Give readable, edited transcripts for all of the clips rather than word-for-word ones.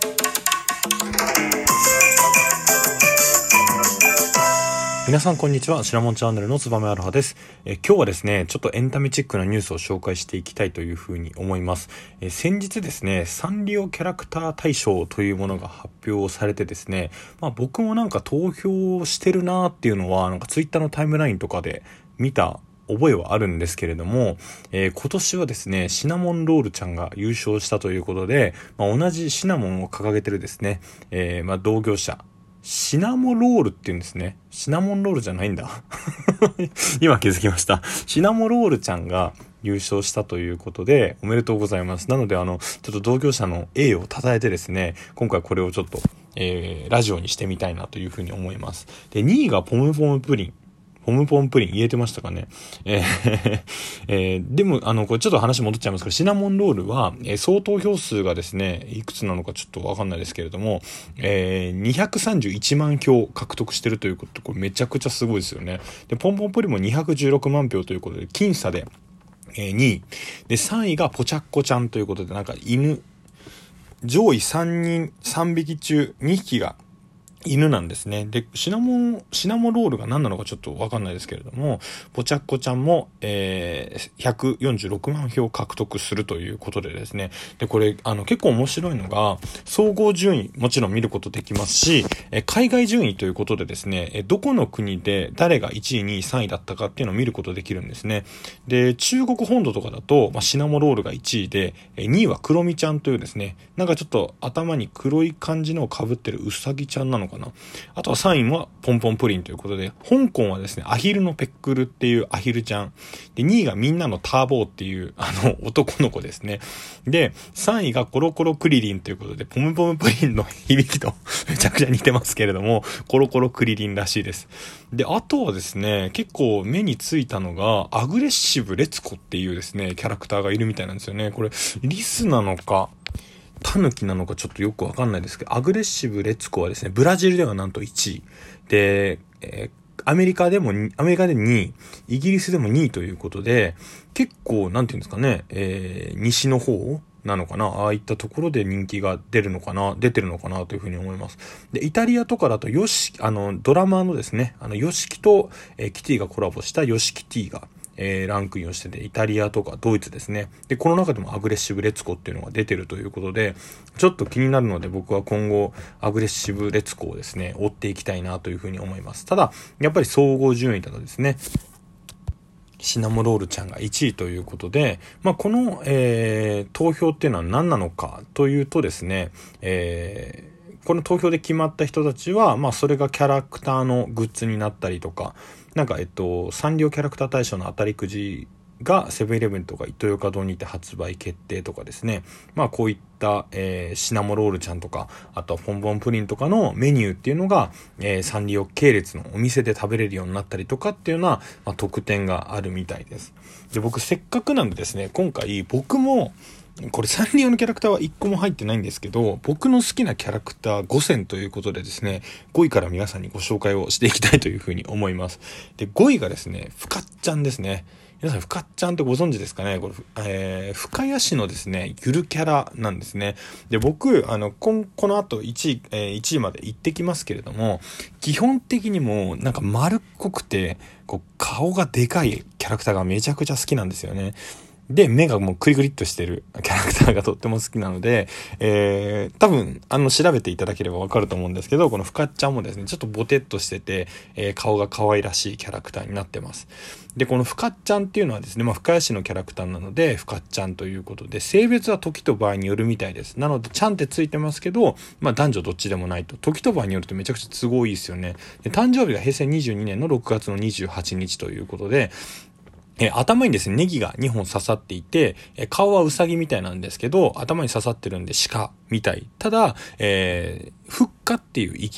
皆さんこんにちは。シナモンチャンネルのつばめアロハです。今日はですね、ちょっとエンタメチックなニュースを紹介していきたいというふうに思います。先日ですね、サンリオキャラクター大賞というものが発表されてですね、僕もなんか投票してるなーっていうのはなんかツイッターのタイムラインとかで見た覚えはあるんですけれども、今年はですね、シナモンロールちゃんが優勝したということで、同じシナモンを掲げてるですね、同業者シナモロールって言うんですね。シナモンロールじゃないんだ。今気づきました。シナモロールちゃんが優勝したということで、おめでとうございます。なので、ちょっと同業者の栄誉を称えてですね、今回これをちょっと、ラジオにしてみたいなというふうに思います。で、2位がポムポムプリン。ポムポムプリン言えてましたかね。でも、これちょっと話戻っちゃいますけど、シナモンロールは、総投票数がですね、いくつなのかちょっとわかんないですけれども、231万票獲得してるということで、これめちゃくちゃすごいですよね。で、ポンポンプリンも216万票ということで、僅差で、2位。で、3位がポチャッコちゃんということで、なんか上位3匹中2匹が、犬なんですね。で、シナモロールが何なのかちょっとわかんないですけれども、ポチャッコちゃんも、146万票獲得するということでですね。で、これ、結構面白いのが、総合順位、もちろん見ることできますし、海外順位ということでですね、どこの国で誰が1位、2位、3位だったかっていうのを見ることできるんですね。で、中国本土とかだと、シナモロールが1位で、2位はクロミちゃんというですね、なんかちょっと頭に黒い感じのを被ってるウサギちゃんなのかな。あとは3位はポンポンプリンということで、香港はですね、アヒルのペックルっていうアヒルちゃん。で、2位がみんなのターボーっていう、男の子ですね。で、3位がコロコロクリリンということで、ポムポムプリンの響きとめちゃくちゃ似てますけれども、コロコロクリリンらしいです。で、あとはですね、結構目についたのが、アグレッシブレツコっていうですね、キャラクターがいるみたいなんですよね。これ、リスなのか、タヌキなのかちょっとよくわかんないですけど、アグレッシブレツコはですね、ブラジルではなんと1位。で、アメリカで2位、イギリスでも2位ということで、結構、なんていうんですかね、西の方なのかな、ああいったところで人気が出てるのかなというふうに思います。で、イタリアとかだとドラマーのですね、ヨシキと、キティがコラボしたヨシキティが、ランクインをしてて、イタリアとかドイツですね。で、この中でもアグレッシブレツコっていうのが出てるということで、ちょっと気になるので僕は今後アグレッシブレツコをですね、追っていきたいなというふうに思います。ただ、やっぱり総合順位だとですね、シナモロールちゃんが1位ということで、この、投票っていうのは何なのかというとですね、この投票で決まった人たちは、それがキャラクターのグッズになったりとか、なんかサンリオキャラクター大賞の当たりくじがセブンイレブンとかイトーヨーカドーにて発売決定とかですね。こういった、シナモロールちゃんとか、あとはポンポンプリンとかのメニューっていうのが、サンリオ系列のお店で食べれるようになったりとかっていうような、特典があるみたいです。で、僕せっかくなんでですね、今回僕もこれサンリオのキャラクターは1個も入ってないんですけど、僕の好きなキャラクター5選ということでですね、5位から皆さんにご紹介をしていきたいというふうに思います。で、5位がですね、ふかっちゃんですね。皆さん、ふかっちゃんってご存知ですかね。これ、深谷市のですね、ゆるキャラなんですね。で、僕、この後1位まで行ってきますけれども、基本的にもなんか丸っこくて、顔がでかいキャラクターがめちゃくちゃ好きなんですよね。で、目がもうクリクリっとしてるキャラクターがとっても好きなので、多分、調べていただければわかると思うんですけど、このふかっちゃんもですね、ちょっとボテッとしてて、顔が可愛らしいキャラクターになってます。で、このふかっちゃんっていうのはですね、深谷市のキャラクターなので、ふかっちゃんということで、性別は時と場合によるみたいです。なので、ちゃんってついてますけど、男女どっちでもないと。時と場合によるとめちゃくちゃ都合いいですよね。で、誕生日が平成22年の6月の28日ということで、頭にですね、ネギが2本刺さっていて、顔はウサギみたいなんですけど、頭に刺さってるんで鹿みたい。ただ、フッカっていう生き物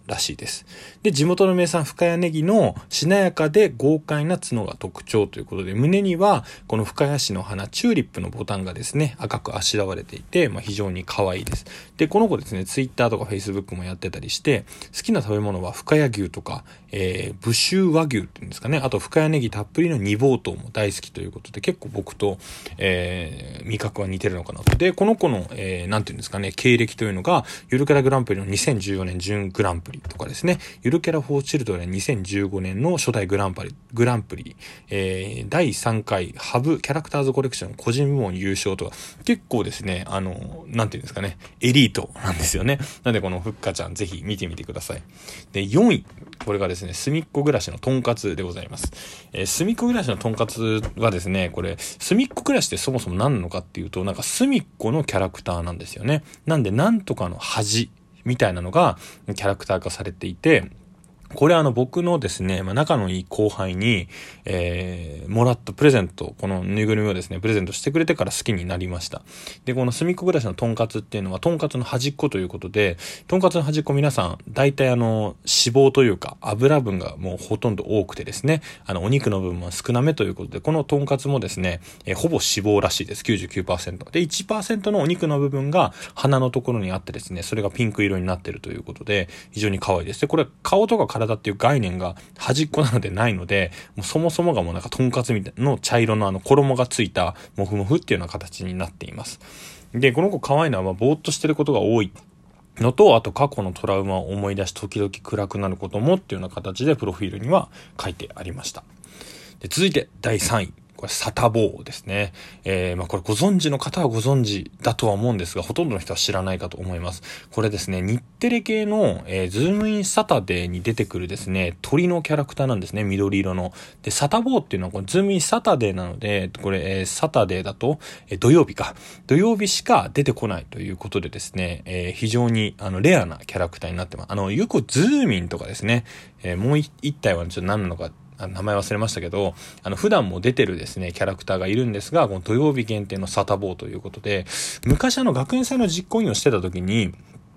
らしいです。で、地元の名産深谷ネギのしなやかで豪快な角が特徴ということで、胸にはこの深谷市の花チューリップのボタンがですね、赤くあしらわれていて、非常に可愛いです。で、この子ですね、ツイッターとかフェイスブックもやってたりして、好きな食べ物は深谷牛とか、武州和牛っていうんですかね、あと深谷ネギたっぷりの煮ぼうとうも大好きということで、結構僕と、味覚は似てるのかなと。で、この子の、なんていうんですかね、経歴というのが、ゆるキャラグランプリの2014年準グランプリとかですね、ゆるキャラフォーチルドレン2015年の初代グランプリ、第3回ハブキャラクターズコレクション個人部門優勝とか、結構ですね、なんていうんですかね、エリートなんですよね。なんでこのふっかちゃんぜひ見てみてください。で、4位。これがですね、すみっこ暮らしのとんかつでございます。すみっこ暮らしのとんかつはですね、これ、すみっこ暮らしってそもそも何なのかっていうと、なんかすみっこのキャラクターなんですよね。なんで、なんとかの恥みたいなのがキャラクター化されていて、これ僕のですね、仲のいい後輩に、もらったプレゼント、このぬいぐるみをですね、プレゼントしてくれてから好きになりました。で、このすみっこ暮らしのとんかつっていうのは、とんかつの端っこということで、とんかつの端っこ皆さん、大体脂肪というか、油分がもうほとんど多くてですね、お肉の部分は少なめということで、このとんかつもですね、ほぼ脂肪らしいです。99%。で、1% のお肉の部分が鼻のところにあってですね、それがピンク色になっているということで、非常に可愛いです。で、これ、顔とか体っていう概念が端っこなのでないので、もうそもそもがもうなんかとんかつみたいの茶色の衣がついたモフモフっていうような形になっています。で、この子可愛いのはぼーっとしてることが多いのと、あと過去のトラウマを思い出し時々暗くなることもっていうような形でプロフィールには書いてありました。で、続いて第3位。これサタボーですね。これご存知の方はご存知だとは思うんですが、ほとんどの人は知らないかと思います。これですね、日テレ系の、ズームインサタデーに出てくるですね、鳥のキャラクターなんですね、緑色の。で、サタボーっていうのはこれズームインサタデーなので、これ、サタデーだと、土曜日しか出てこないということでですね、非常にレアなキャラクターになってます。よくズーミンとかですね、もう一体はちょっと何なのか、名前忘れましたけど、普段も出てるですね、キャラクターがいるんですが、この土曜日限定のサタボーということで、昔学園祭の実行委員をしてた時に、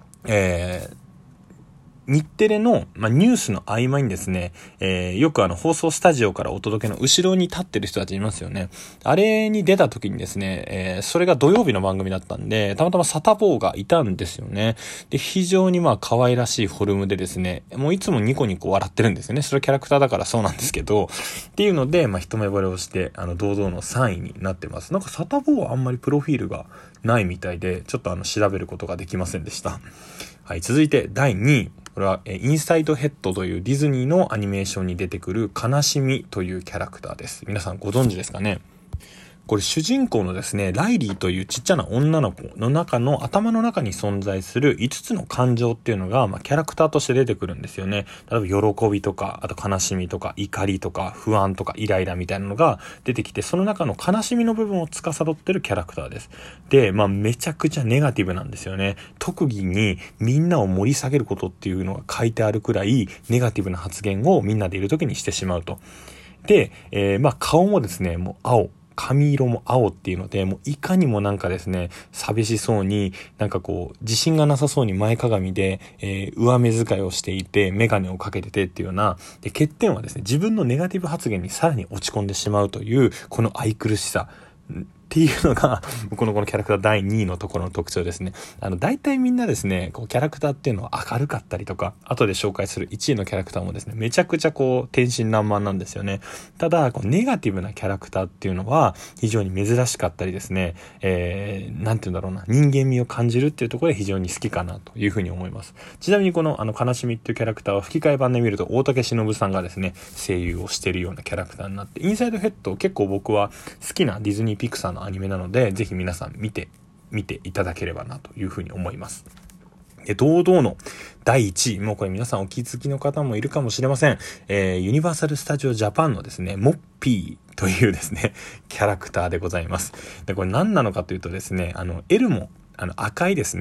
日テレの、ニュースの合間にですね、よく放送スタジオからお届けの後ろに立ってる人たちいますよね。あれに出た時にですね、それが土曜日の番組だったんで、たまたまサタボーがいたんですよね。で、非常に可愛らしいフォルムでですね、もういつもニコニコ笑ってるんですよね。それはキャラクターだからそうなんですけど、っていうので、一目惚れをして、堂々の3位になってます。なんかサタボーはあんまりプロフィールがないみたいで、ちょっと調べることができませんでした。はい、続いて第2位。これはインサイドヘッドというディズニーのアニメーションに出てくる悲しみというキャラクターです。皆さんご存知ですかね？これ主人公のですね、ライリーというちっちゃな女の子の頭の中に存在する5つの感情っていうのが、キャラクターとして出てくるんですよね。例えば喜びとか、あと悲しみとか、怒りとか、不安とか、イライラみたいなのが出てきて、その中の悲しみの部分を司ってるキャラクターです。で、めちゃくちゃネガティブなんですよね。特技にみんなを盛り下げることっていうのが書いてあるくらい、ネガティブな発言をみんなでいる時にしてしまうと。で、顔もですね、もう青。髪色も青っていうので、もういかにもなんかですね、寂しそうに、なんか自信がなさそうに前かがみで、上目遣いをしていて、メガネをかけててっていうような、で、欠点はですね、自分のネガティブ発言にさらに落ち込んでしまうという、この愛くるしさ。っていうのが、このキャラクター第2位のところの特徴ですね。大体みんなですね、キャラクターっていうのは明るかったりとか、後で紹介する1位のキャラクターもですね、めちゃくちゃ天真爛漫なんですよね。ただ、ネガティブなキャラクターっていうのは、非常に珍しかったりですね、なんていうんだろうな、人間味を感じるっていうところで非常に好きかなというふうに思います。ちなみにこの、悲しみっていうキャラクターは吹き替え版で見ると、大竹しのぶさんがですね、声優をしているようなキャラクターになって、インサイドヘッド結構僕は好きなディズニーピクサーのアニメなので、ぜひ皆さん見ていただければなというふうに思います。堂々の第1位、もうこれ皆さんお気づきの方もいるかもしれません。ユニバーサルスタジオジャパンのですね、モッピーというですね、キャラクターでございます。で、これ何なのかというとですね、エルモ、赤いですね、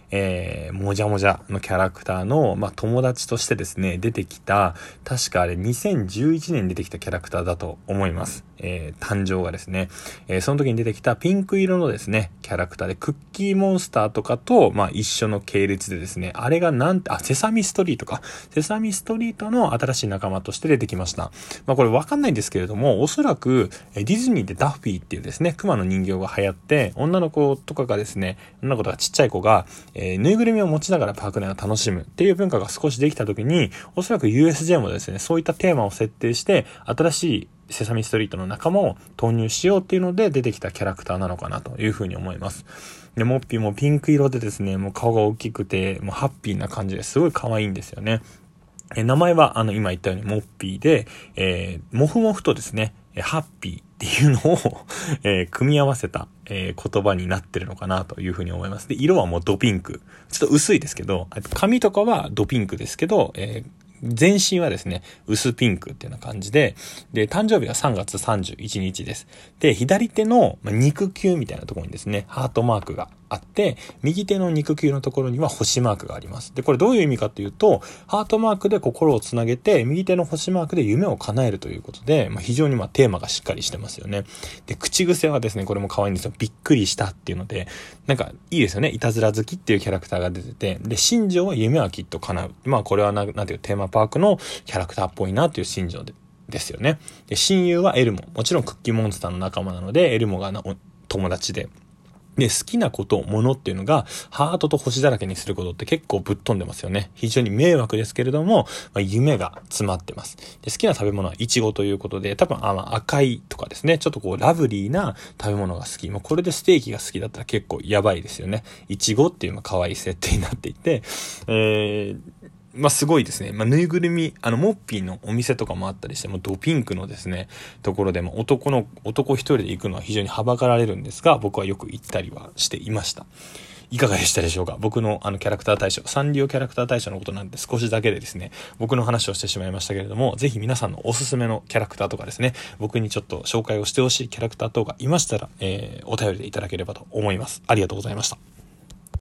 もじゃもじゃのキャラクターの、友達としてですね、出てきた、確かあれ2011年に出てきたキャラクターだと思います。誕生がですね、その時に出てきたピンク色のですね、キャラクターで、クッキーモンスターとかと、一緒の系列でですね、あれがセサミストリートか。セサミストリートの新しい仲間として出てきました。これわかんないんですけれども、おそらく、ディズニーでダッフィーっていうですね、クマの人形が流行って、女の子とかがですね、女の子とかちっちゃい子が、ぬいぐるみを持ちながらパーク内を楽しむっていう文化が少しできた時に、おそらく USJ もですね、そういったテーマを設定して、新しいセサミストリートの仲間を投入しようっていうので出てきたキャラクターなのかなというふうに思います。で、モッピーもピンク色でですね、もう顔が大きくて、もうハッピーな感じですごい可愛いんですよね。名前は今言ったようにモッピーで、モフモフとですね、ハッピーっていうのを、組み合わせた、言葉になってるのかなというふうに思います。で、色はもうドピンク。ちょっと薄いですけど、髪とかはドピンクですけど、全身はですね、薄ピンクっていうような感じで、誕生日は3月31日です。で、左手の肉球みたいなところにですね、ハートマークがあって、右手の肉球のところには星マークがあります。で、これどういう意味かというと、ハートマークで心をつなげて、右手の星マークで夢を叶えるということで、非常にテーマがしっかりしてますよね。で、口癖はですね、これも可愛いんですよ。びっくりしたっていうので、なんかいいですよね。いたずら好きっていうキャラクターが出てて、で、新庄は夢はきっと叶う。これはなんていうテーマパークのキャラクターっぽいなっていう新庄ですよね。で、親友はエルモ。もちろんクッキーモンスターの仲間なので、エルモが友達で。で、好きなこと、ものっていうのが、ハートと星だらけにすることって結構ぶっ飛んでますよね。非常に迷惑ですけれども、夢が詰まってます。で、好きな食べ物はイチゴということで、多分赤いとかですね、ちょっとラブリーな食べ物が好き。これでステーキが好きだったら結構やばいですよね。イチゴっていう可愛い設定になっていて、すごいですね。ぬいぐるみ、モッピーのお店とかもあったりして、ドピンクのですね、ところでも男一人で行くのは非常にはばかられるんですが、僕はよく行ったりはしていました。いかがでしたでしょうか。僕のキャラクター大賞、サンリオキャラクター大賞のことなんて少しだけでですね、僕の話をしてしまいましたけれども、ぜひ皆さんのおすすめのキャラクターとかですね、僕にちょっと紹介をしてほしいキャラクター等がいましたら、お便りでいただければと思います。ありがとうございました。